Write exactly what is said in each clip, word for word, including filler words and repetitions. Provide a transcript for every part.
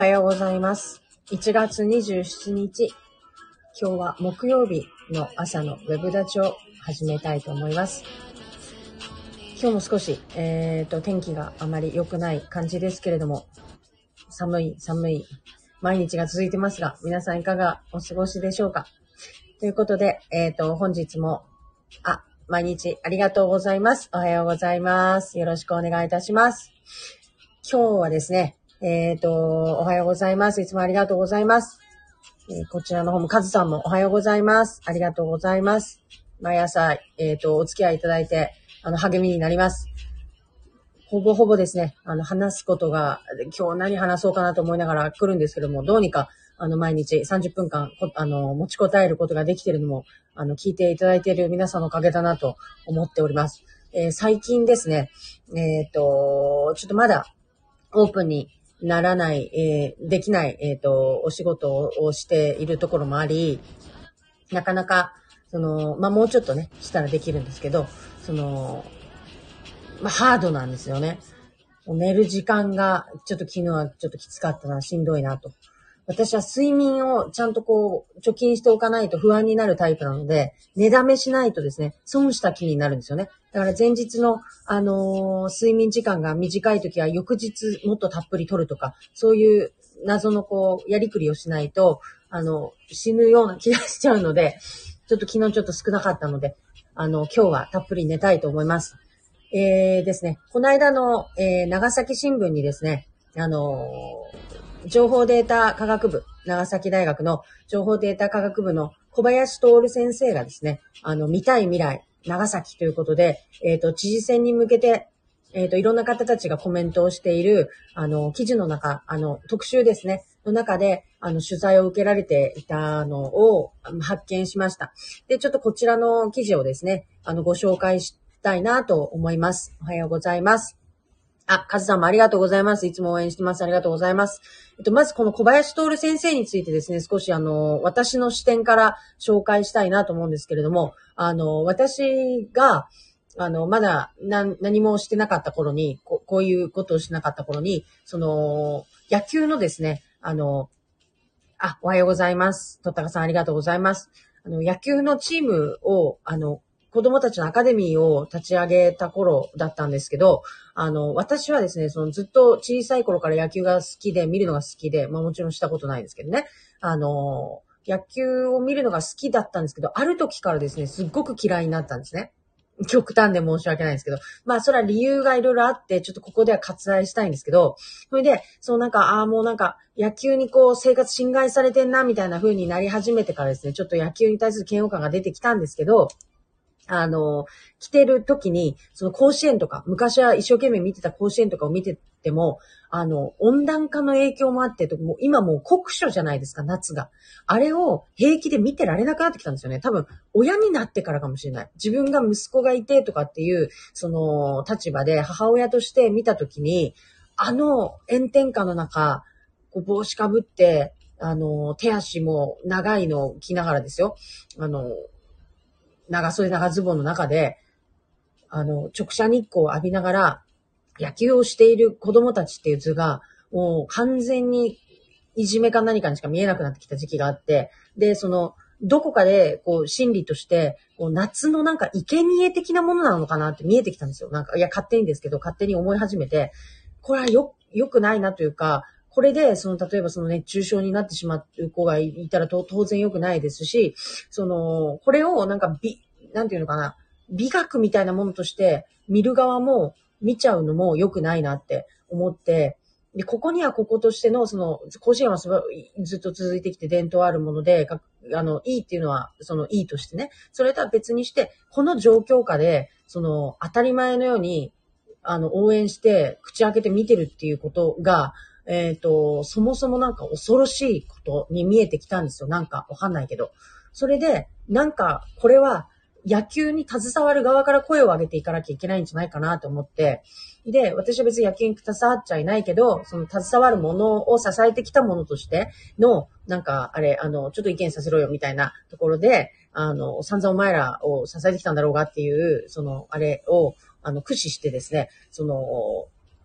おはようございます。いちがつにじゅうしちにち、今日は木曜日の朝のウェブ立ちを始めたいと思います。今日も少し、えーと、天気があまり良くない感じですけれども、寒い寒い毎日が続いてますが、皆さんいかがお過ごしでしょうか。ということで、えーと、本日も、あ、毎日ありがとうございます。おはようございます。よろしくお願いいたします。今日はですね、えーと、おはようございます。いつもありがとうございます。えー、こちらの方もカズさんもおはようございます。ありがとうございます。毎朝、えーと、お付き合いいただいて、あの、励みになります。ほぼほぼですね、あの、話すことが、今日何話そうかなと思いながら来るんですけども、どうにか、あの、毎日さんじゅっぷんかん、あの、持ちこたえることができているのも、あの、聞いていただいている皆さんのおかげだなと思っております。えー、最近ですね、えーと、ちょっとまだ、オープンにならない、えー、できない、えっと、お仕事をしているところもあり、なかなか、その、まあ、もうちょっとね、したらできるんですけど、その、まあ、ハードなんですよね。寝る時間が、ちょっと昨日はちょっときつかったな、しんどいなと。私は睡眠をちゃんとこう、貯金しておかないと不安になるタイプなので、寝だめしないとですね、損した気になるんですよね。だから前日の、あのー、睡眠時間が短い時は翌日もっとたっぷり取るとか、そういう謎のこう、やりくりをしないと、あの、死ぬような気がしちゃうので、ちょっと昨日ちょっと少なかったので、あの、今日はたっぷり寝たいと思います。えーですね、この間の、えー、長崎新聞にですね、あのー、情報データ科学部、長崎大学の情報データ科学部の小林徹先生がですね、あの、見たい未来、長崎ということで、えっと、知事選に向けて、えっと、いろんな方たちがコメントをしている、あの、記事の中、あの、特集ですね、の中で、あの、取材を受けられていたのを発見しました。で、ちょっとこちらの記事をですね、あの、ご紹介して、たいなと思います。おはようございます。あ、カズさんもありがとうございます。いつも応援してます。ありがとうございます。えっと、まずこの小林徹先生についてですね、少しあの、私の視点から紹介したいなと思うんですけれども、あの、私が、あの、まだ何、何もしてなかった頃にこ、こういうことをしなかった頃に、その、野球のですね、あの、あ、おはようございます。とったかさんありがとうございます。あの、野球のチームを、あの、子供たちのアカデミーを立ち上げた頃だったんですけど、あの、私はですね、そのずっと小さい頃から野球が好きで、見るのが好きで、まあもちろんしたことないですけどね。あの、野球を見るのが好きだったんですけど、ある時からですね、すっごく嫌いになったんですね。極端で申し訳ないんですけど。まあ、それは理由がいろいろあって、ちょっとここでは割愛したいんですけど、それで、そうなんか、ああ、もうなんか、野球にこう、生活侵害されてんな、みたいな風になり始めてからですね、ちょっと野球に対する嫌悪感が出てきたんですけど、あの、来てる時に、その甲子園とか、昔は一生懸命見てた甲子園とかを見てても、あの、温暖化の影響もあって、もう今もう酷暑じゃないですか、夏が。あれを平気で見てられなくなってきたんですよね。多分、親になってからかもしれない。自分が息子がいてとかっていう、その、立場で母親として見た時に、あの炎天下の中、こう帽子かぶって、あの、手足も長いのを着ながらですよ。あの、長袖長ズボンの中で、あの、直射日光を浴びながら野球をしている子供たちっていう図が、もう完全にいじめか何かにしか見えなくなってきた時期があって、で、その、どこかで、こう、心理として、こう夏のなんか、生贄的なものなのかなって見えてきたんですよ。なんか、いや、勝手にですけど、勝手に思い始めて、これはよ、良くないなというか、これで、その、例えばその熱中症になってしまう子がいたら当然良くないですし、その、これをなんか美、なんていうのかな、美学みたいなものとして見る側も見ちゃうのも良くないなって思って、で、ここにはこことしての、その、甲子園はずっと続いてきて伝統あるもので、あの、いいっていうのは、その、いいとしてね、それとは別にして、この状況下で、その、当たり前のように、あの、応援して、口開けて見てるっていうことが、えっと、そもそもなんか恐ろしいことに見えてきたんですよ。なんかわかんないけど。それで、なんか、これは、野球に携わる側から声を上げていかなきゃいけないんじゃないかなと思って、で、私は別に野球に携わっちゃいないけど、その携わるものを支えてきたものとしての、なんか、あれ、あの、ちょっと意見させろよみたいなところで、あの、散々お前らを支えてきたんだろうがっていう、その、あれを、あの、駆使してですね、その、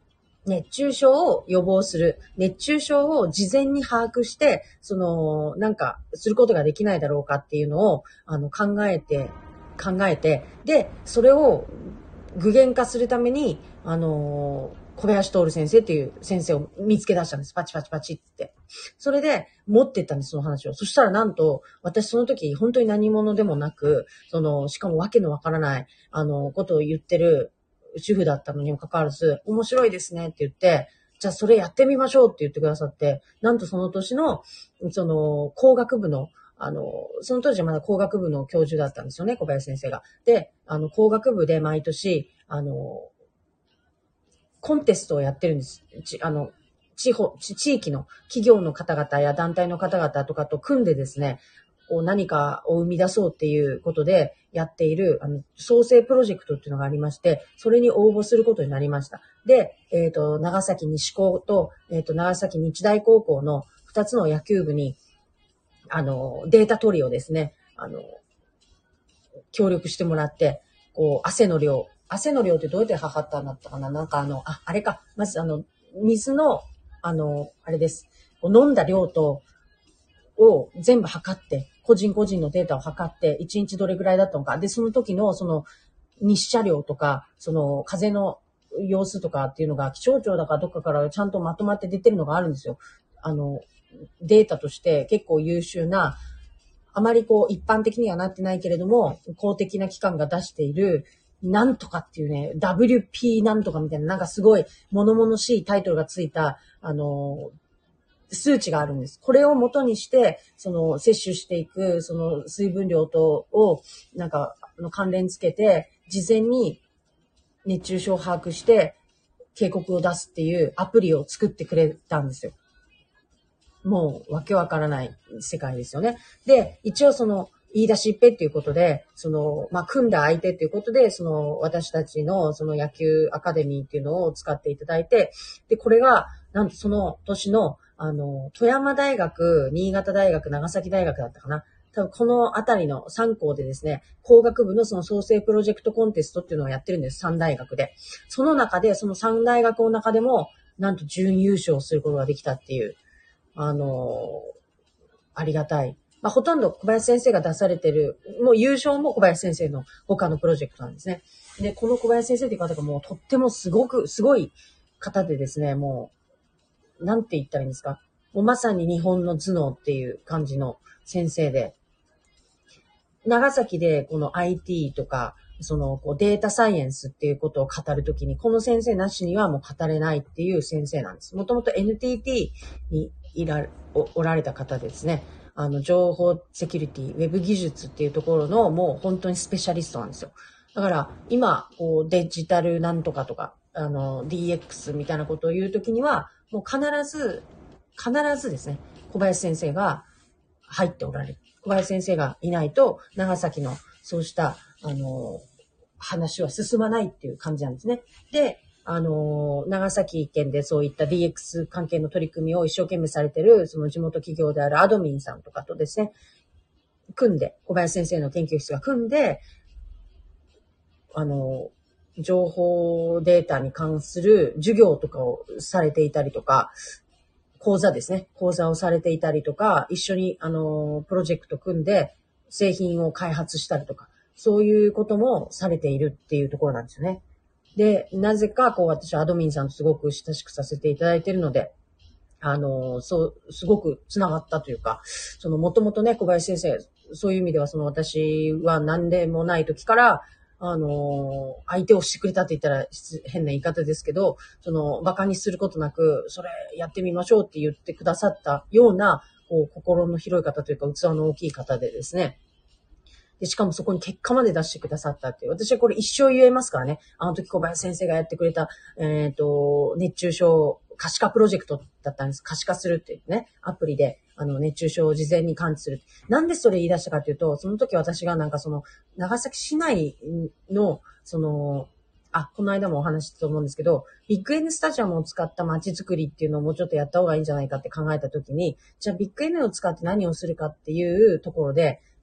熱中症を予防する。熱中症を事前に把握して、その、なんか、することができないだろうかっていうのを、あの、考えて、考えて、で、それを具現化するために、あの、小林徹先生っていう先生を見つけ出したんです。パチパチパチって。それで、持ってったんです、その話を。そしたらなんと、私その時、本当に何者でもなく、その、しかもわけのわからない、あの、ことを言ってる、主婦だったのにもかかわらず、面白いですねって言って、じゃあそれやってみましょうって言ってくださって、なんとその年の、その、工学部の、あの、その当時はまだ工学部の教授だったんですよね、小林先生が。で、あの、工学部で毎年、あの、コンテストをやってるんです。ちあの、地方、地域の企業の方々や団体の方々とかと組んでですね、こう何かを生み出そうっていうことでやっている、あの、創生プロジェクトっていうのがありまして、それに応募することになりました。で、えっと、長崎西高と、えっと、長崎日大高校の二つの野球部に、あの、データ取りをですね、あの、協力してもらって、こう、汗の量、汗の量ってどうやって測ったんだったかななんかあの、あ、あれか、まずあの、水の、あの、あれです。飲んだ量と、を全部測って、個人個人のデータを測って、いちにちどれぐらいだったのか。で、その時のその日射量とか、その風の様子とかっていうのが気象庁だかどっかからちゃんとまとまって出てるのがあるんですよ。あの、データとして結構優秀な、あまりこう一般的にはなってないけれども、公的な機関が出している、なんとかっていうね、ダブリューピー なんとかみたいな、なんかすごい物々しいタイトルがついた、あの、数値があるんです。これを元にして、その摂取していく、その水分量とを、なんか、の関連つけて、事前に熱中症を把握して、警告を出すっていうアプリを作ってくれたんですよ。もう、わけわからない世界ですよね。で、一応その、言い出しっぺっていうことで、その、まあ、組んだ相手っていうことで、その、私たちの、その野球アカデミーっていうのを使っていただいて、で、これが、なんとその年の、あの、富山大学、新潟大学、長崎大学だったかな。多分このあたりのさん校でですね、工学部のその創生プロジェクトコンテストっていうのをやってるんです。さん大学で。その中で、そのさん大学の中でも、なんと準優勝することができたっていう、あの、ありがたい。まあ、ほとんど小林先生が出されてる、もう優勝も小林先生の他のプロジェクトなんですね。で、この小林先生という方がもうとってもすごく、すごい方でですね、もう、なんて言ったらいいんですか。もうまさに日本の頭脳っていう感じの先生で、長崎でこの アイティー とか、そのこうデータサイエンスっていうことを語るときに、この先生なしにはもう語れないっていう先生なんです。もともと エヌティーティー にいらお、おられた方ですね。あの、情報セキュリティ、ウェブ技術っていうところのもう本当にスペシャリストなんですよ。だから今、こうデジタルなんとかとか、あの、ディーエックス みたいなことを言うときには、もう必ず、必ずですね、小林先生が入っておられる。小林先生がいないと、長崎のそうした、あの、話は進まないっていう感じなんですね。で、あの、長崎県でそういった ディーエックス 関係の取り組みを一生懸命されている、その地元企業であるアドミンさんとかとですね、組んで、小林先生の研究室が組んで、あの、情報データに関する授業とかをされていたりとか、講座ですね。講座をされていたりとか、一緒に、あの、プロジェクト組んで製品を開発したりとか、そういうこともされているっていうところなんですよね。で、なぜか、こう、私、アドミンさんとすごく親しくさせていただいているので、あの、そう、すごく繋がったというか、その、もともとね、小林先生、そういう意味では、その、私は何でもない時から、あの、相手をしてくれたって言ったら変な言い方ですけど、その、馬鹿にすることなく、それやってみましょうって言ってくださったような、こう、心の広い方というか、器の大きい方でですね。で、しかもそこに結果まで出してくださったっていう。私はこれ一生言えますからね。あの時小林先生がやってくれた、えっと、熱中症可視化プロジェクトだったんです。可視化するっていうね、アプリで、あの、熱中症を事前に感知する。なんでそれ言い出したかというと、その時私がなんかその、長崎市内の、その、あ、この間もお話ししたと思うんですけど、ビッグ N スタジアムを使った街づくりっていうのをもうちょっとやった方がいいんじゃないかって考えた時に、じゃあビッグ N を使って何をするかっていうところで、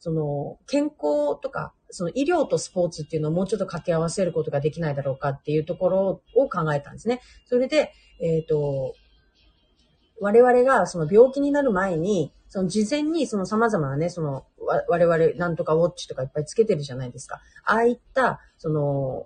その、健康とか、その医療とスポーツっていうのをもうちょっと掛け合わせることができないだろうかっていうところを考えたんですね。それで、えっと、我々がその病気になる前に、その事前にその様々なね、その我々なんとかウォッチとかいっぱいつけてるじゃないですか。ああいった、その、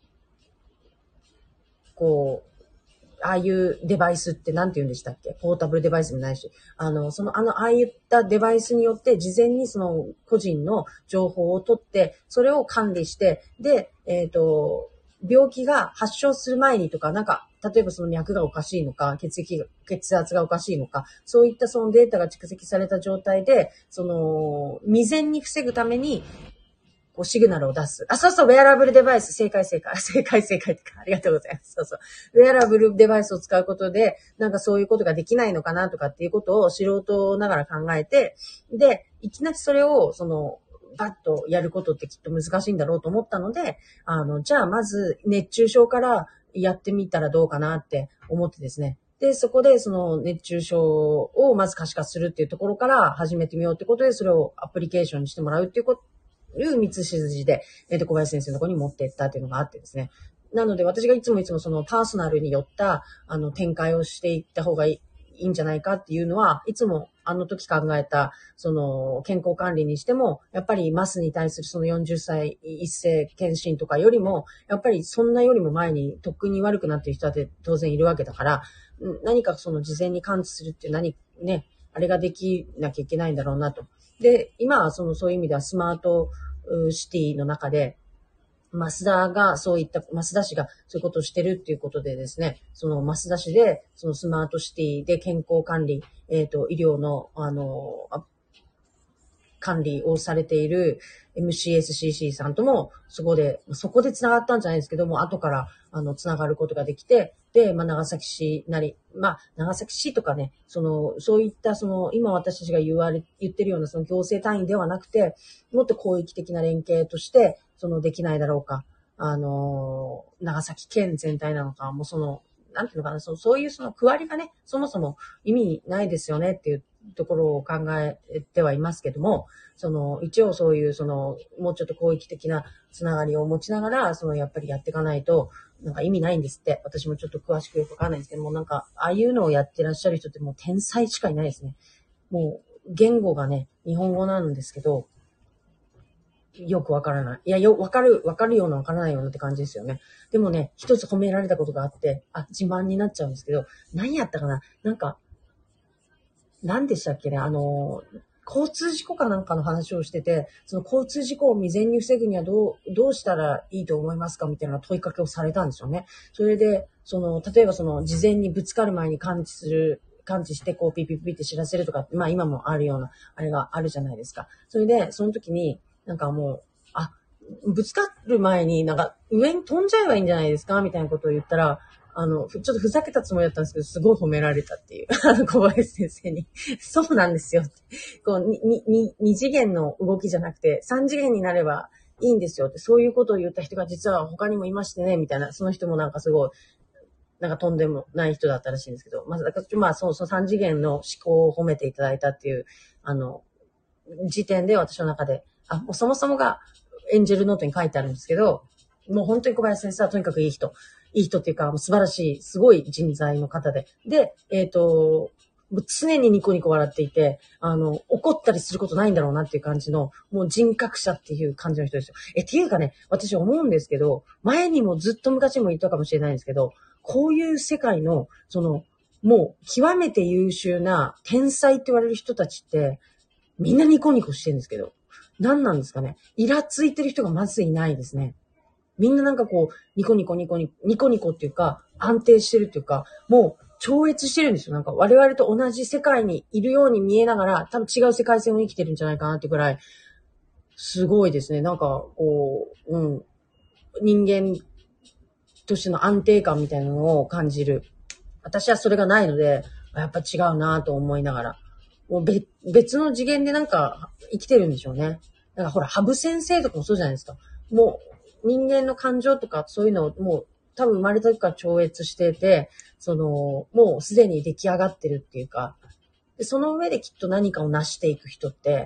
こう、ああいうデバイスって何て言うんでしたっけ？ポータブルデバイスもないし。あの、その、あの、ああいったデバイスによって事前にその個人の情報を取って、それを管理して、で、えっと、病気が発症する前にとか、なんか、例えばその脈がおかしいのか、血液が、血圧がおかしいのか、そういったそのデータが蓄積された状態で、その、未然に防ぐために、こうシグナルを出す。あ、そうそう、ウェアラブルデバイス。正解正解。正解正解ってか、ありがとうございます。そうそう。ウェアラブルデバイスを使うことで、なんかそういうことができないのかなとかっていうことを素人ながら考えて、で、いきなりそれを、その、バッとやることってきっと難しいんだろうと思ったので、あの、じゃあまず熱中症からやってみたらどうかなって思ってですね。で、そこでその熱中症をまず可視化するっていうところから始めてみようってことで、それをアプリケーションにしてもらうっていうこという道筋で、えっと、小林先生のところに持っていったっていうのがあってですね。なので、私がいつもいつもそのパーソナルによった、あの、展開をしていった方がいい、いいんじゃないかっていうのは、いつもあの時考えた、その、健康管理にしても、やっぱりマスに対するそのよんじゅっさい一斉検診とかよりも、やっぱりそんなよりも前にとっくに悪くなっている人だって当然いるわけだから、何かその事前に感知するっていう何、ね、あれができなきゃいけないんだろうなと。で、今はその、そういう意味ではスマートシティの中で、マスダがそういった、マスダ市がそういうことをしてるっていうことでですね、そのマスダ市で、そのスマートシティで健康管理、えっと、医療の、あの、管理をされている エムシーエスシーシー さんとも、そこで、そこで繋がったんじゃないですけども、後から、あの、繋がることができて、で、まあ、長崎市なり、まあ、長崎市とかね、その、そういった、その、今私たちが言われ、言ってるような、その行政単位ではなくて、もっと広域的な連携として、その、できないだろうか。あの、長崎県全体なのか、もうその、なんていうのかな、そう、そういうその区割りがね、そもそも意味ないですよねっていうところを考えてはいますけども、その、一応そういう、その、もうちょっと広域的なつながりを持ちながら、その、やっぱりやっていかないと、なんか意味ないんですって。私もちょっと詳しくよくわかんないんですけども、なんか、ああいうのをやってらっしゃる人ってもう天才しかいないですね。もう、言語がね、日本語なんですけど、よくわからない。いや、よ、わかる、わかるようなわからないようなって感じですよね。でもね、一つ褒められたことがあって、あ、自慢になっちゃうんですけど、何やったかななんか、何でしたっけねあの、交通事故かなんかの話をしてて、その交通事故を未然に防ぐにはどう、どうしたらいいと思いますかみたいな問いかけをされたんですよね。それで、その、例えばその、事前にぶつかる前に感知する、感知して、こう、ピピピって知らせるとか、まあ今もあるような、あれがあるじゃないですか。それで、その時に、なんかもう、あ、ぶつかる前になんか上に飛んじゃえばいいんじゃないですかみたいなことを言ったら、あの、ちょっとふざけたつもりだったんですけど、すごい褒められたっていう。あの、小林先生に。そうなんですよって。こう、に、に、二次元の動きじゃなくて、三次元になればいいんですよって、そういうことを言った人が実は他にもいましてね、みたいな、その人もなんかすごい、なんかとんでもない人だったらしいんですけど、まあ、だからまあ、そうそう、三次元の思考を褒めていただいたっていう、あの、時点で私の中で、あ、もうそもそもがエンジェルノートに書いてあるんですけど、もう本当に小林先生はとにかくいい人。いい人っていうか、もう素晴らしい、すごい人材の方で。で、えっと、常にニコニコ笑っていて、あの、怒ったりすることないんだろうなっていう感じの、もう人格者っていう感じの人ですよ。え、っていうかね、私思うんですけど、前にもずっと昔も言ったかもしれないんですけど、こういう世界の、その、もう極めて優秀な天才って言われる人たちって、みんなニコニコしてるんですけど、何なんですかね。イラついてる人がまずいないですね。みんななんかこう、ニコニコニコニコ、ニコニコっていうか、安定してるっていうか、もう超越してるんですよ。なんか我々と同じ世界にいるように見えながら、多分違う世界線を生きてるんじゃないかなってぐらい、すごいですね。なんかこう、うん、人間としての安定感みたいなのを感じる。私はそれがないので、やっぱ違うなと思いながら。もう別、別の次元でなんか生きてるんでしょうね。だからほら、ハブ先生とかもそうじゃないですか。もう人間の感情とかそういうのをもう多分生まれた時から超越してて、その、もうすでに出来上がってるっていうか、でその上できっと何かを成していく人って、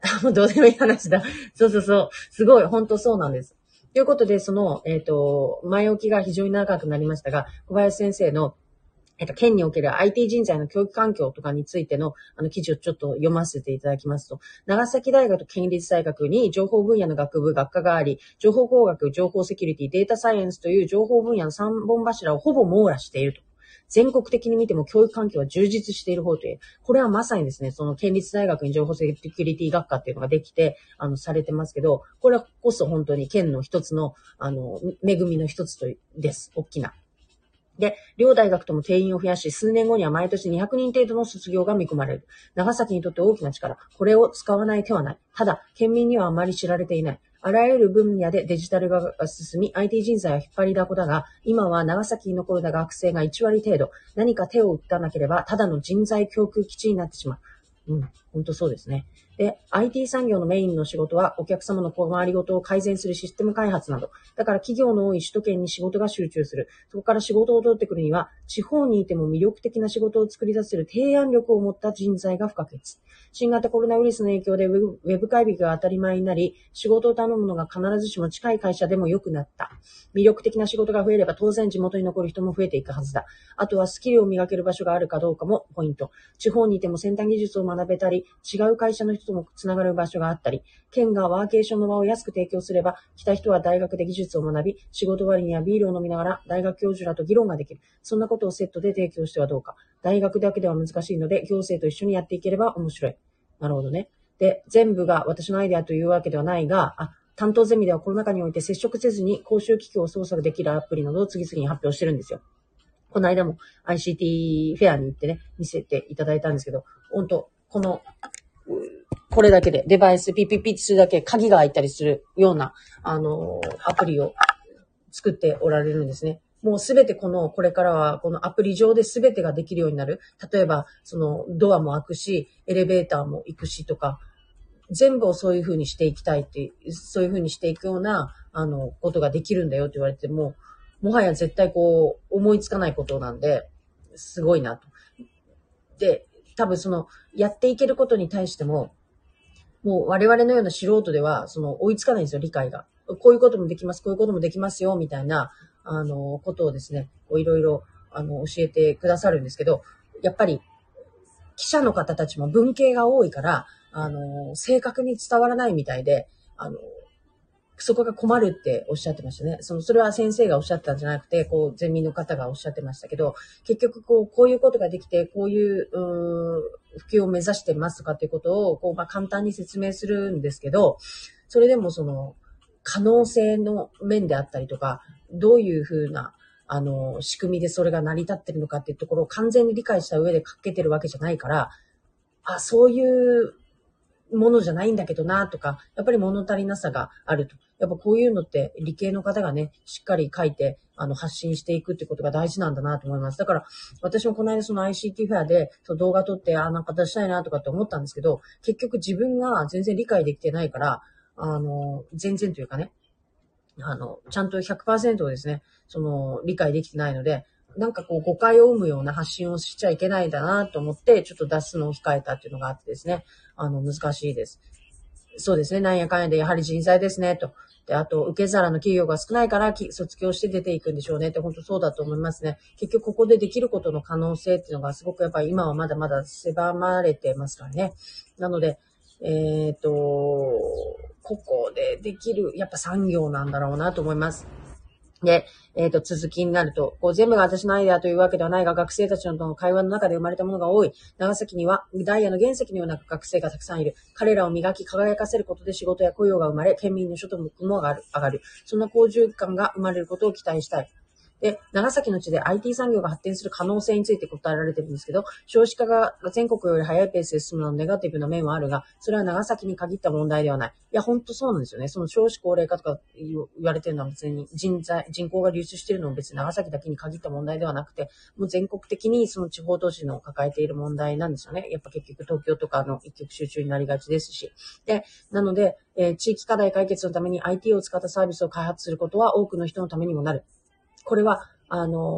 もうどうでもいい話だ。そうそうそう。すごい、本当そうなんです。ということで、その、えっと、前置きが非常に長くなりましたが、小林先生の、えっと、県における アイティー 人材の教育環境とかについての、あの、記事をちょっと読ませていただきますと、長崎大学と県立大学に情報分野の学部、学科があり、情報工学、情報セキュリティ、データサイエンスという情報分野のさんぼん柱をほぼ網羅していると。全国的に見ても教育環境は充実している方という、これはまさにですね、その県立大学に情報セキュリティ学科っていうのができて、あの、されてますけど、これはこそ本当に県の一つの、あの、恵みの一つとです。大きな。で、両大学とも定員を増やし、数年後には毎年にひゃくにん程度の卒業が見込まれる。長崎にとって大きな力。これを使わない手はない。ただ、県民にはあまり知られていない。あらゆる分野でデジタル化が進み、アイティー 人材は引っ張りだこだが、今は長崎に残る学生がいち割程度、何か手を打たなければ、ただの人材供給基地になってしまう。うん、本当そうですね。で、アイティー 産業のメインの仕事は、お客様の困りごとを改善するシステム開発など。だから企業の多い首都圏に仕事が集中する。そこから仕事を取ってくるには、地方にいても魅力的な仕事を作り出せる提案力を持った人材が不可欠。新型コロナウイルスの影響でウェブ、ウェブ会議が当たり前になり、仕事を頼むのが必ずしも近い会社でも良くなった。魅力的な仕事が増えれば当然地元に残る人も増えていくはずだ。あとはスキルを磨ける場所があるかどうかもポイント。地方にいても先端技術を学べたり、違う会社の人ともつながる場所があったり、県がワーケーションの場を安く提供すれば、来た人は大学で技術を学び、仕事終わりにはビールを飲みながら大学教授らと議論ができる。そんなことをセットで提供してはどうか。大学だけでは難しいので、行政と一緒にやっていければ面白い。なるほどね。で、全部が私のアイデアというわけではないが、あ、担当ゼミではコロナ禍において接触せずに公衆機器を操作できるアプリなどを次々に発表してるんですよ。この間も アイシーティー フェアに行ってね、見せていただいたんですけど、本当この、これだけでデバイスピッピッピッするだけ鍵が開いたりするような、あのー、アプリを作っておられるんですね。もうすべてこの、これからはこのアプリ上で全てができるようになる。例えば、そのドアも開くし、エレベーターも行くしとか、全部をそういう風にしていきたいっていう、そういう風にしていくような、あの、ことができるんだよって言われても、もはや絶対こう、思いつかないことなんで、すごいなと。で、多分その、やっていけることに対しても、もう我々のような素人では、その、追いつかないんですよ、理解が。こういうこともできます、こういうこともできますよ、みたいな、あの、ことをですね、いろいろ、あの、教えてくださるんですけど、やっぱり、記者の方たちも文系が多いから、あの、正確に伝わらないみたいで、あの、そこが困るっておっしゃってましたね。その、それは先生がおっしゃったんじゃなくて、こう、ゼミの方がおっしゃってましたけど、結局、こう、こういうことができて、こういう、うー普及を目指してますとかっていうことを、こう、まあ、簡単に説明するんですけど、それでもその、可能性の面であったりとか、どういうふうな、あの、仕組みでそれが成り立ってるのかっていうところを完全に理解した上で書けてるわけじゃないから、あ、そういうものじゃないんだけどなとか、やっぱり物足りなさがあると。やっぱこういうのって理系の方がね、しっかり書いて、あの、発信していくってことが大事なんだなと思います。だから、私もこの間その アイシーティー フェアで、その動画撮って、あ、なんか出したいなとかって思ったんですけど、結局自分が全然理解できてないから、あの、全然というかね、あの、ちゃんと ひゃくパーセント をですね、その、理解できてないので、なんかこう誤解を生むような発信をしちゃいけないんだなと思って、ちょっと出すのを控えたっていうのがあってですね、あの、難しいです。そうですね、なんやかんやでやはり人材ですね、と。で、あと、受け皿の企業が少ないから、卒業して出ていくんでしょうねって、本当そうだと思いますね。結局ここでできることの可能性っていうのがすごくやっぱり今はまだまだ狭まれてますからね。なので、えっと、ここでできる、やっぱ産業なんだろうなと思います。で、えっと、続きになると、こう全部が私のアイデアというわけではないが、学生たちのとの会話の中で生まれたものが多い。長崎にはダイヤの原石のような学生がたくさんいる。彼らを磨き輝かせることで仕事や雇用が生まれ、県民の所得も上がる。上がる。そんな好循環が生まれることを期待したい。で、長崎の地で アイティー 産業が発展する可能性について答えられているんですけど、少子化が全国より早いペースで進むのはネガティブな面はあるが、それは長崎に限った問題ではない。いや、ほんとそうなんですよね。その少子高齢化とか言われてるのは別に人材、人口が流出しているのも別に長崎だけに限った問題ではなくて、もう全国的にその地方都市の抱えている問題なんですよね。やっぱ結局東京とかの一極集中になりがちですし。で、なので、えー、地域課題解決のために アイティー を使ったサービスを開発することは多くの人のためにもなる。これは、あの、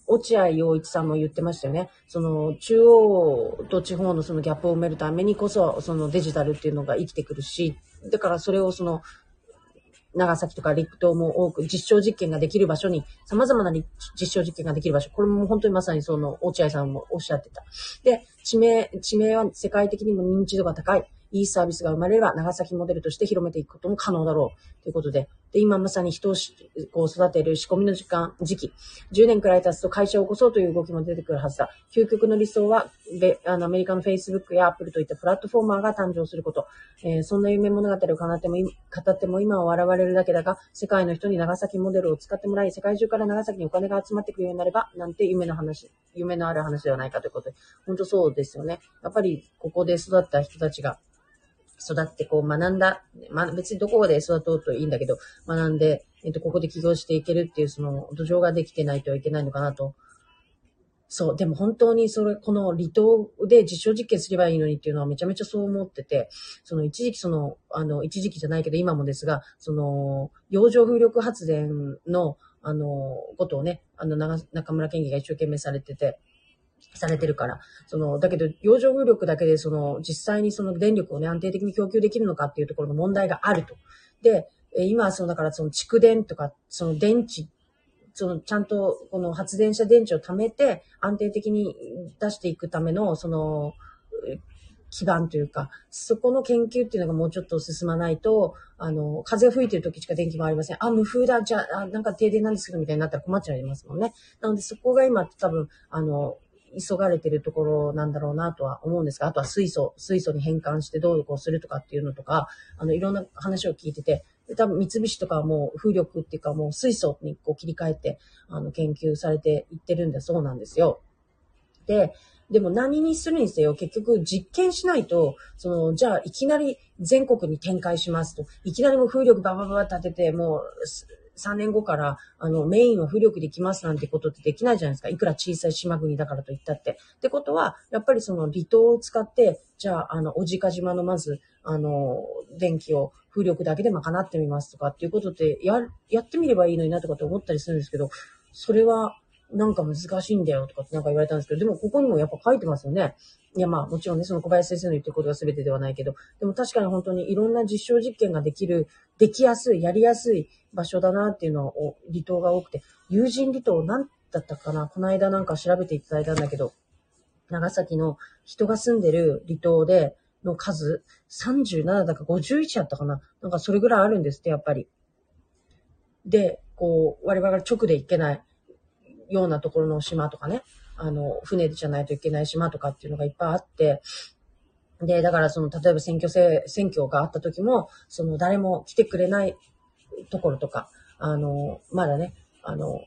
落合陽一さんも言ってましたよね。その中央と地方のそのギャップを埋めるためにこそ、そのデジタルっていうのが生きてくるし、だからそれをその長崎とか陸東も多く実証実験ができる場所に、様々な実証実験ができる場所。これも本当にまさにその落合さんもおっしゃってた。で、地名、地名は世界的にも認知度が高い。いいサービスが生まれれば長崎モデルとして広めていくことも可能だろうということで、で今まさに人をこう育てる仕込みの時間、時期、じゅうねんくらい経つと会社を起こそうという動きも出てくるはずだ。究極の理想は、あのアメリカの Facebook や Apple といったプラットフォーマーが誕生すること。えー、そんな夢物語を語っても、語っても今は笑われるだけだが、世界の人に長崎モデルを使ってもらい、世界中から長崎にお金が集まってくるようになれば、なんて夢の話、夢のある話ではないかということで、本当そうですよね。やっぱりここで育った人たちが、育ってこう学んだ、まあ、別にどこで育とうといいんだけど、学んで、えっと、ここで起業していけるっていうその土壌ができてないといけないのかなと。そう、でも本当にそれ、この離島で実証実験すればいいのにっていうのはめちゃめちゃそう思ってて、その一時期その、あの、一時期じゃないけど今もですが、その、洋上風力発電の、あの、ことをね、あの、中村県議が一生懸命されてて、されてるから。その、だけど、洋上風力だけで、その、実際にその電力をね、安定的に供給できるのかっていうところの問題があると。で、今はその、だからその蓄電とか、その電池、その、ちゃんと、この発電車電池を貯めて、安定的に出していくための、その、基盤というか、そこの研究っていうのがもうちょっと進まないと、あの、風が吹いてる時しか電気もありません。あ、無風だ、じゃあ、なんか停電なんですけど、みたいになったら困っちゃいますもんね。なので、そこが今、多分、あの、急がれてるところなんだろうなとは思うんですが、あとは水素、水素に変換してどうこうするとかっていうのとか、あの、いろんな話を聞いてて、多分三菱とかはもう風力っていうかもう水素にこう切り替えて、あの、研究されていってるんだそうなんですよ。で、でも何にするにせよ結局実験しないと、その、じゃあいきなり全国に展開しますと、いきなりもう風力ババババ立てて、もう、さんねんごから、あの、メインは風力できますなんてことってできないじゃないですか。いくら小さい島国だからと言ったって。ってことは、やっぱりその離島を使って、じゃあ、あの、小鹿島のまず、あの、電気を風力だけで賄ってみますとかっていうことってや、やってみればいいのになとかって思ったりするんですけど、それは、なんか難しいんだよとかってなんか言われたんですけど、でもここにもやっぱ書いてますよね。いやまあもちろんね、その小林先生の言ってることが全てではないけど、でも確かに本当にいろんな実証実験ができる、できやすい、やりやすい場所だなっていうのを離島が多くて、有人離島なんだったかな、この間なんか調べていただいたんだけど、長崎の人が住んでる離島での数、さんじゅうななだかごじゅういちだったかな、なんかそれぐらいあるんですって、やっぱり。で、こう、我々が直で行けないようなところの島とかね、あの、船じゃないといけない島とかっていうのがいっぱいあって、で、だからその、例えば選挙制、選挙があった時も、その、誰も来てくれないところとか、あの、まだね、あの、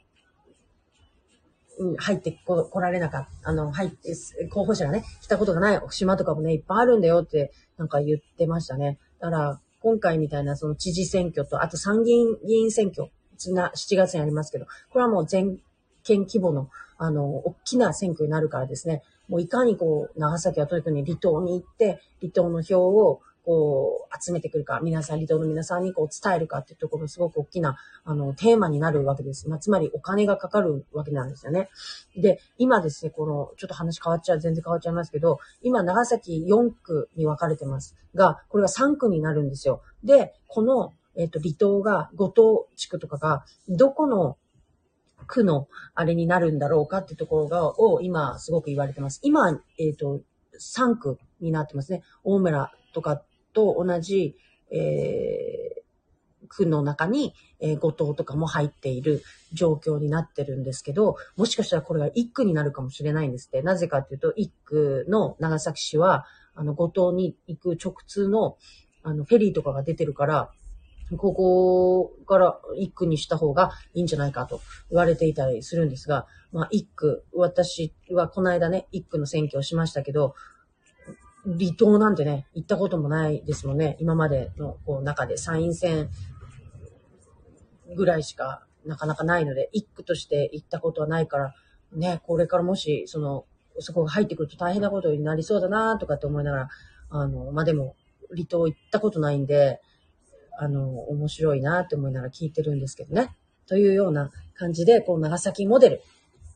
入ってこ来られなかった、あの、入って、候補者がね、来たことがない島とかもね、いっぱいあるんだよって、なんか言ってましたね。だから、今回みたいなその知事選挙と、あと参議院議員選挙、しちがつにありますけど、これはもう全県規模の、あの、大きな選挙になるからですね、もういかにこう、長崎はとにかく離島に行って、離島の票を、こう、集めてくるか、皆さん、離島の皆さんにこう伝えるかっていうところ、すごく大きな、あの、テーマになるわけです。まあ、つまりお金がかかるわけなんですよね。で、今ですね、この、ちょっと話変わっちゃう、全然変わっちゃいますけど、今、長崎よんくに分かれてますが、これがさんくになるんですよ。で、この、えっと、離島が、五島地区とかが、どこの区のあれになるんだろうかっていうところが、を今、すごく言われてます。今、えっと、さんくになってますね。大村とかと同じ、えー、区の中に、えー、五島とかも入っている状況になってるんですけど、もしかしたらこれがいっくになるかもしれないんですって。なぜかというと、いっくの長崎市は、あの、五島に行く直通の、あの、フェリーとかが出てるから、ここからいっくにした方がいいんじゃないかと言われていたりするんですが、まあいっく、私はこの間ね、いっくの選挙をしましたけど、離島なんてね、行ったこともないですもんね。今までのこう中で参院選ぐらいしかなかなかないので、いっくとして行ったことはないから、ね、これからもし、その、そこが入ってくると大変なことになりそうだなとかって思いながら、あの、まあ、でも、離島行ったことないんで、あの、面白いなって思いながら聞いてるんですけどね。というような感じで、こう、長崎モデル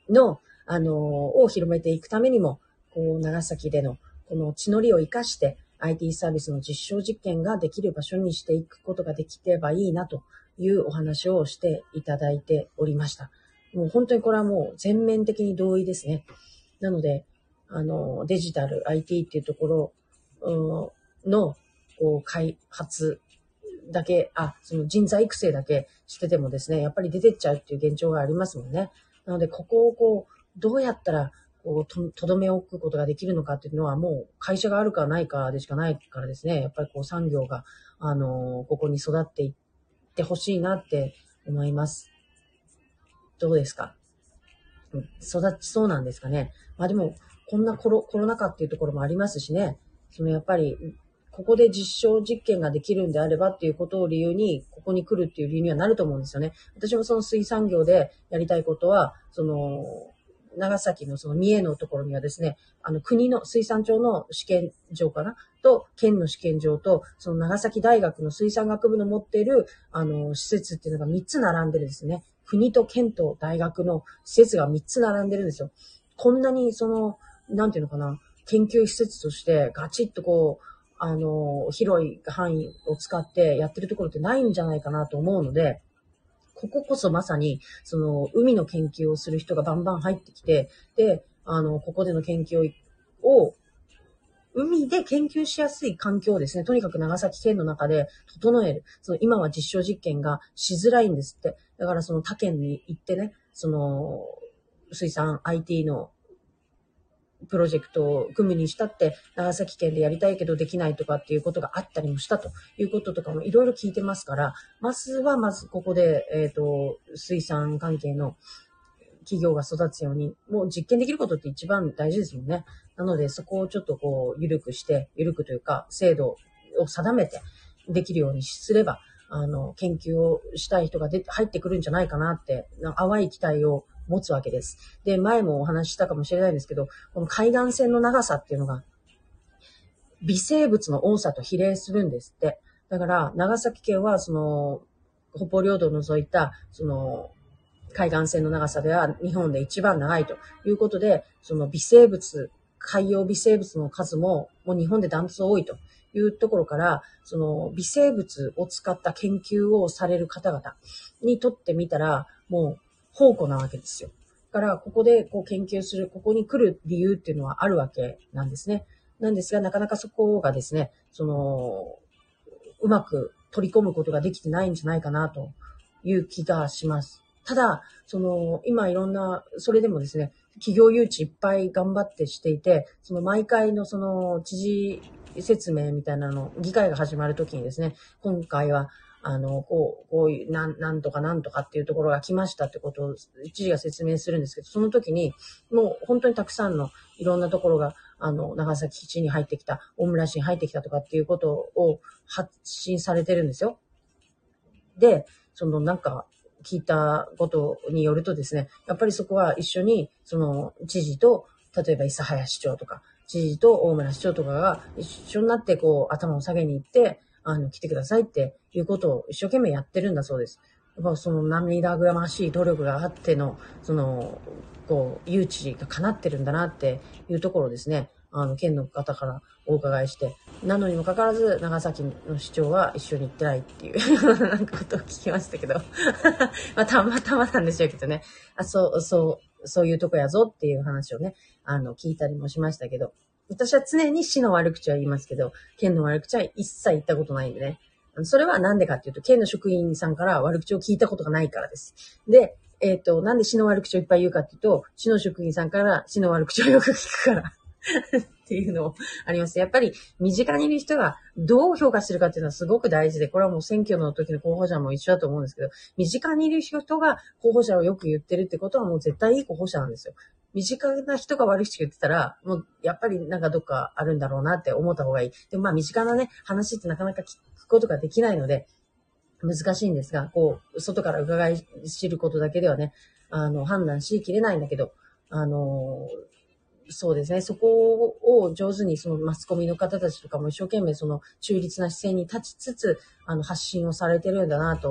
の、あの、を広めていくためにも、こう、長崎での、この地の利を生かして、アイティー サービスの実証実験ができる場所にしていくことができればいいなというお話をしていただいておりました。もう本当にこれはもう全面的に同意ですね。なので、あの、デジタル、アイティー っていうところの、こう、開発だけ、あ、その人材育成だけしててもですね、やっぱり出てっちゃうっていう現状がありますもんね。なので、ここをこう、どうやったら、こう、と、とどめを置くことができるのかっていうのは、もう会社があるかないかでしかないからですね、やっぱりこう産業が、あの、ここに育っていってほしいなって思います。どうですか？育ちそうなんですかね。まあでも、こんなコロ、コロナ禍っていうところもありますしね、そのやっぱり、ここで実証実験ができるんであればっていうことを理由に、ここに来るっていう理由にはなると思うんですよね。私もその水産業でやりたいことは、その、長崎のその三重のところにはですね、あの国の水産庁の試験場かなと、県の試験場と、その長崎大学の水産学部の持っている、あの、施設っていうのがみっつ並んでるんですね。国と県と大学の施設がみっつ並んでるんですよ。こんなにその、なんていうのかな、研究施設としてガチッとこう、あの、広い範囲を使ってやってるところってないんじゃないかなと思うので、こここそまさに、その、海の研究をする人がバンバン入ってきて、で、あの、ここでの研究を、海で研究しやすい環境をですね、とにかく長崎県の中で整える。その、今は実証実験がしづらいんですって。だからその他県に行ってね、その、水産 アイティー のプロジェクトを組むにしたって、長崎県でやりたいけどできないとかっていうことがあったりもしたということとかもいろいろ聞いてますから、まずはまずここで、えっと、水産関係の企業が育つように、もう実験できることって一番大事ですもんね。なのでそこをちょっとこう、緩くして、緩くというか、制度を定めてできるようにすれば、あの、研究をしたい人がで入ってくるんじゃないかなって、淡い期待を持つわけです。で、前もお話ししたかもしれないんですけど、この海岸線の長さっていうのが、微生物の多さと比例するんですって。だから、長崎県は、その、北方領土を除いた、その、海岸線の長さでは日本で一番長いということで、その微生物、海洋微生物の数も、もう日本でダントツ多いというところから、その微生物を使った研究をされる方々にとってみたら、もう宝庫なわけですよ。だから、ここでこう研究する、ここに来る理由っていうのはあるわけなんですね。なんですが、なかなかそこがですね、その、うまく取り込むことができてないんじゃないかなという気がします。ただ、その、今いろんな、それでもですね、企業誘致いっぱい頑張ってしていて、その毎回のその知事説明みたいなの、議会が始まるときにですね、今回は、あの、こう、こういう、なん、なんとかなんとかっていうところが来ましたってことを知事が説明するんですけど、その時に、もう本当にたくさんのいろんなところが、あの、長崎基地に入ってきた、大村市に入ってきたとかっていうことを発信されてるんですよ。で、そのなんか、聞いたことによるとですね、やっぱりそこは一緒に、その知事と、例えば諫早市長とか、知事と大村市長とかが一緒になってこう頭を下げに行って、あの、来てくださいっていうことを一生懸命やってるんだそうです。やっぱその涙ぐましい努力があっての、その、こう、誘致が叶ってるんだなっていうところですね。あの、県の方からお伺いして、なのにもかかわらず、長崎の市長は一緒に行ってないっていうなんかことを聞きましたけど、まあ、たまたまなんでしょうけどね、あ、そう、そう、そういうとこやぞっていう話をね、あの、聞いたりもしましたけど、私は常に市の悪口は言いますけど、県の悪口は一切言ったことないんでね。それはなんでかっていうと、県の職員さんから悪口を聞いたことがないからです。で、えっと、なんで市の悪口をいっぱい言うかっていうと、市の職員さんから市の悪口をよく聞くから。っていうのもあります。やっぱり身近にいる人がどう評価するかっていうのはすごく大事で、これはもう選挙の時の候補者も一緒だと思うんですけど、身近にいる人が候補者をよく言ってるってことはもう絶対いい候補者なんですよ。身近な人が悪口言ってたら、もうやっぱりなんかどっかあるんだろうなって思った方がいい。でもまあ身近なね、話ってなかなか聞くことができないので、難しいんですが、こう、外から伺い知ることだけではね、あの、判断しきれないんだけど、あの、そうですね。そこを上手にそのマスコミの方たちとかも一生懸命その中立な姿勢に立ちつつ、あの発信をされてるんだなと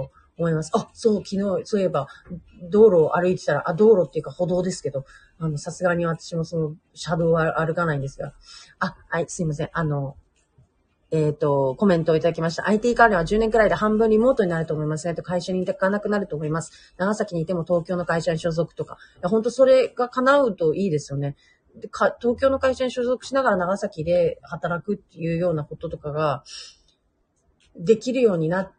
思います。あ、そう、昨日、そういえば、道路を歩いてたら、あ、道路っていうか歩道ですけど、あの、さすがに私もその、車道は歩かないんですが、あ、はい、すいません。あの、えっと、コメントをいただきました。アイティー 関連はじゅうねんくらいで半分リモートになると思いますね。と会社に行かなくなると思います。長崎にいても東京の会社に所属とか。いや、本当それが叶うといいですよね。でか東京の会社に所属しながら長崎で働くっていうようなこととかができるようになって、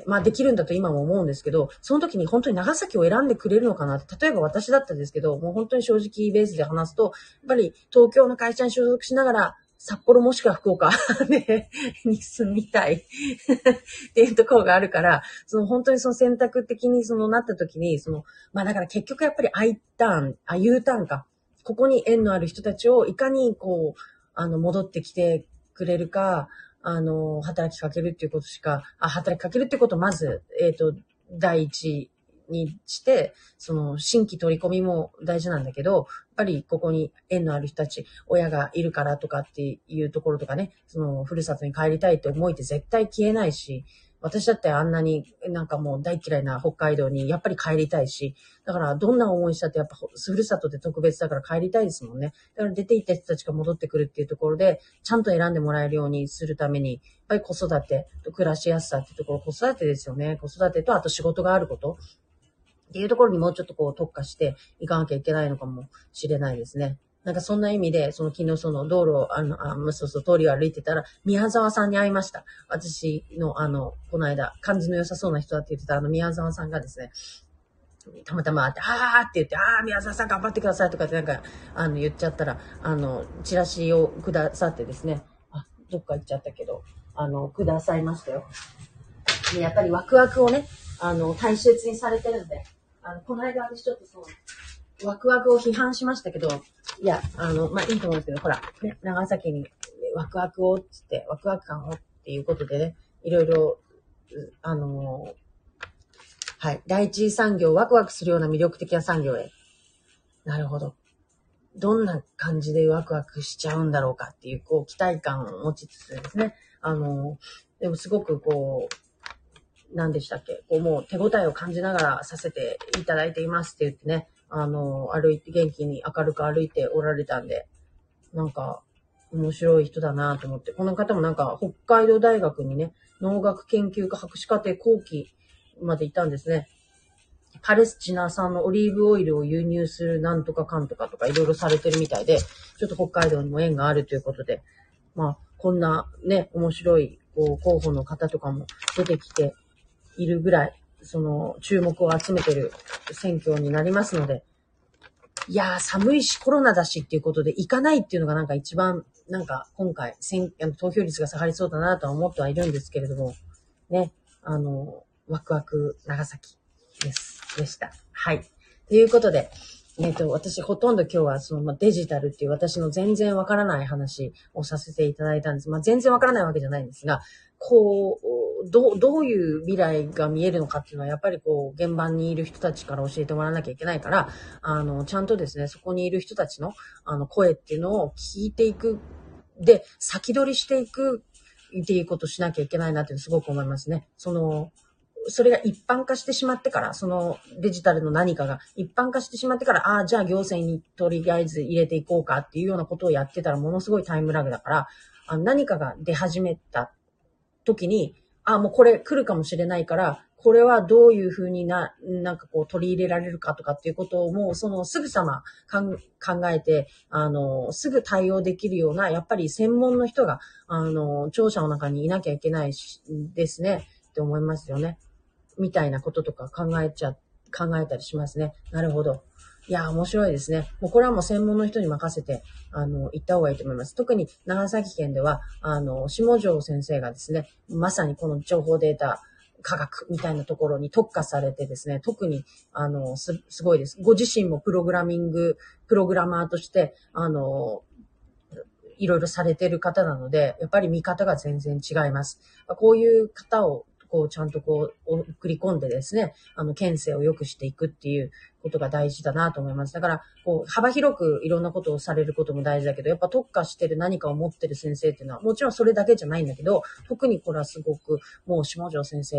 まあできるんだと今も思うんですけど、その時に本当に長崎を選んでくれるのかなって。例えば私だったんですけど、もう本当に正直ベースで話すと、やっぱり東京の会社に所属しながら札幌もしくは福岡でに住みたいっていうところがあるから、その本当にその選択的にそのなった時に、その、まあだから結局やっぱり I ターン、あ、U ターンか。ここに縁のある人たちをいかにこう、あの、戻ってきてくれるか、あの、働きかけるっていうことしか、あ、働きかけるっていうことをまず、えっと、第一にして、その、新規取り込みも大事なんだけど、やっぱりここに縁のある人たち、親がいるからとかっていうところとかね、その、ふるさとに帰りたいって思いって絶対消えないし、私だってあんなになんかもう大嫌いな北海道にやっぱり帰りたいし、だからどんな思いしたってやっぱふるさとって特別だから帰りたいですもんね。だから出て行った人たちが戻ってくるっていうところで、ちゃんと選んでもらえるようにするために、やっぱり子育てと暮らしやすさっていうところ、子育てですよね。子育てとあと仕事があること。っていうところにもうちょっとこう特化していかなきゃいけないのかもしれないですね。なんかそんな意味で、その昨日その道路を、あの、あ、そうそう、通りを歩いてたら、宮沢さんに会いました。私の、あの、この間、感じの良さそうな人だって言ってたあの宮沢さんがですね、たまたま会って、あーって言って、あー、宮沢さん頑張ってくださいとかってなんか、あの、言っちゃったら、あの、チラシをくださってですね、あ、どっか行っちゃったけど、あの、くださいましたよ。でやっぱりワクワクをね、あの、大切にされてるんで、あの、この間私ちょっとその、ワクワクを批判しましたけど、いや、あの、まあ、いいと思うんですけど、ほら、ね、長崎にワクワクをつって、ワクワク感をっていうことでね、いろいろ、あの、はい、第一産業、ワクワクするような魅力的な産業へ。なるほど。どんな感じでワクワクしちゃうんだろうかっていう、こう、期待感を持ちつつですね、あの、でもすごくこう、何でしたっけ、こう、もう手応えを感じながらさせていただいていますって言ってね、あの、歩いて、元気に明るく歩いておられたんで、なんか、面白い人だなと思って。この方もなんか、北海道大学にね、農学研究科博士課程後期まで行ったんですね。パレスチナ産のオリーブオイルを輸入するなんとかかんとかとかいろいろされてるみたいで、ちょっと北海道にも縁があるということで、まあ、こんなね、面白い、こう、候補の方とかも出てきているぐらい、その、注目を集めてる選挙になりますので、いやー寒いしコロナだしっていうことで行かないっていうのがなんか一番なんか今回選あの投票率が下がりそうだなとは思ってはいるんですけれどもね、あのワクワク長崎ですでした。はい。ということで、えっと私ほとんど今日はその、ま、デジタルっていう私の全然わからない話をさせていただいたんです。まあ全然わからないわけじゃないんですが、こうどうどういう未来が見えるのかっていうのはやっぱりこう現場にいる人たちから教えてもらわなきゃいけないから、あのちゃんとですねそこにいる人たちのあの声っていうのを聞いていくで先取りしていくっていうことをしなきゃいけないなっていうのすごく思いますね。そのそれが一般化してしまってから、そのデジタルの何かが一般化してしまってから、ああ、じゃあ行政にとりあえず入れていこうかっていうようなことをやってたらものすごいタイムラグだから、あの何かが出始めた時に、あ、もうこれ来るかもしれないから、これはどういうふうにな、なんかこう取り入れられるかとかっていうことをもうそのすぐさま考えて、あの、すぐ対応できるような、やっぱり専門の人が、あの、庁舎の中にいなきゃいけないしですね、って思いますよね。みたいなこととか考えちゃ、考えたりしますね。なるほど。いや、面白いですね。もうこれはもう専門の人に任せて、あの、行った方がいいと思います。特に長崎県では、あの、下條先生がですね、まさにこの情報データ科学みたいなところに特化されてですね、特に、あの、す、すごいです。ご自身もプログラミング、プログラマーとして、あの、いろいろされている方なので、やっぱり見方が全然違います。こういう方を、こうちゃんとこう送り込んでですね、あの県政を良くしていくっていうことが大事だなと思います。だからこう幅広くいろんなことをされることも大事だけど、やっぱ特化してる何かを持ってる先生っていうのはもちろんそれだけじゃないんだけど、特にこれはすごくもう下條先生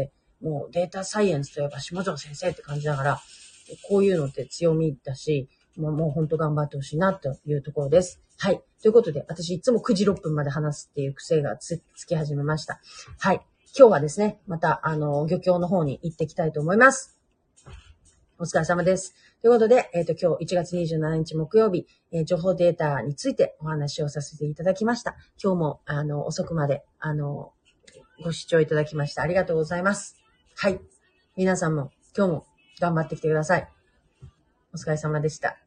もうデータサイエンスといえば下條先生って感じだから、こういうのって強みだし、もう、もう本当頑張ってほしいなというところです。はい。ということで、私いつもくじろっぷんまで話すっていう癖がつ、つき始めました。はい。今日はですね、また、あの、漁協の方に行ってきたいと思います。お疲れ様です。ということで、えっと、今日いちがつにじゅうしちにち木曜日、えー、情報データについてお話をさせていただきました。今日も、あの、遅くまで、あの、ご視聴いただきましてありがとうございます。はい。皆さんも今日も頑張ってきてください。お疲れ様でした。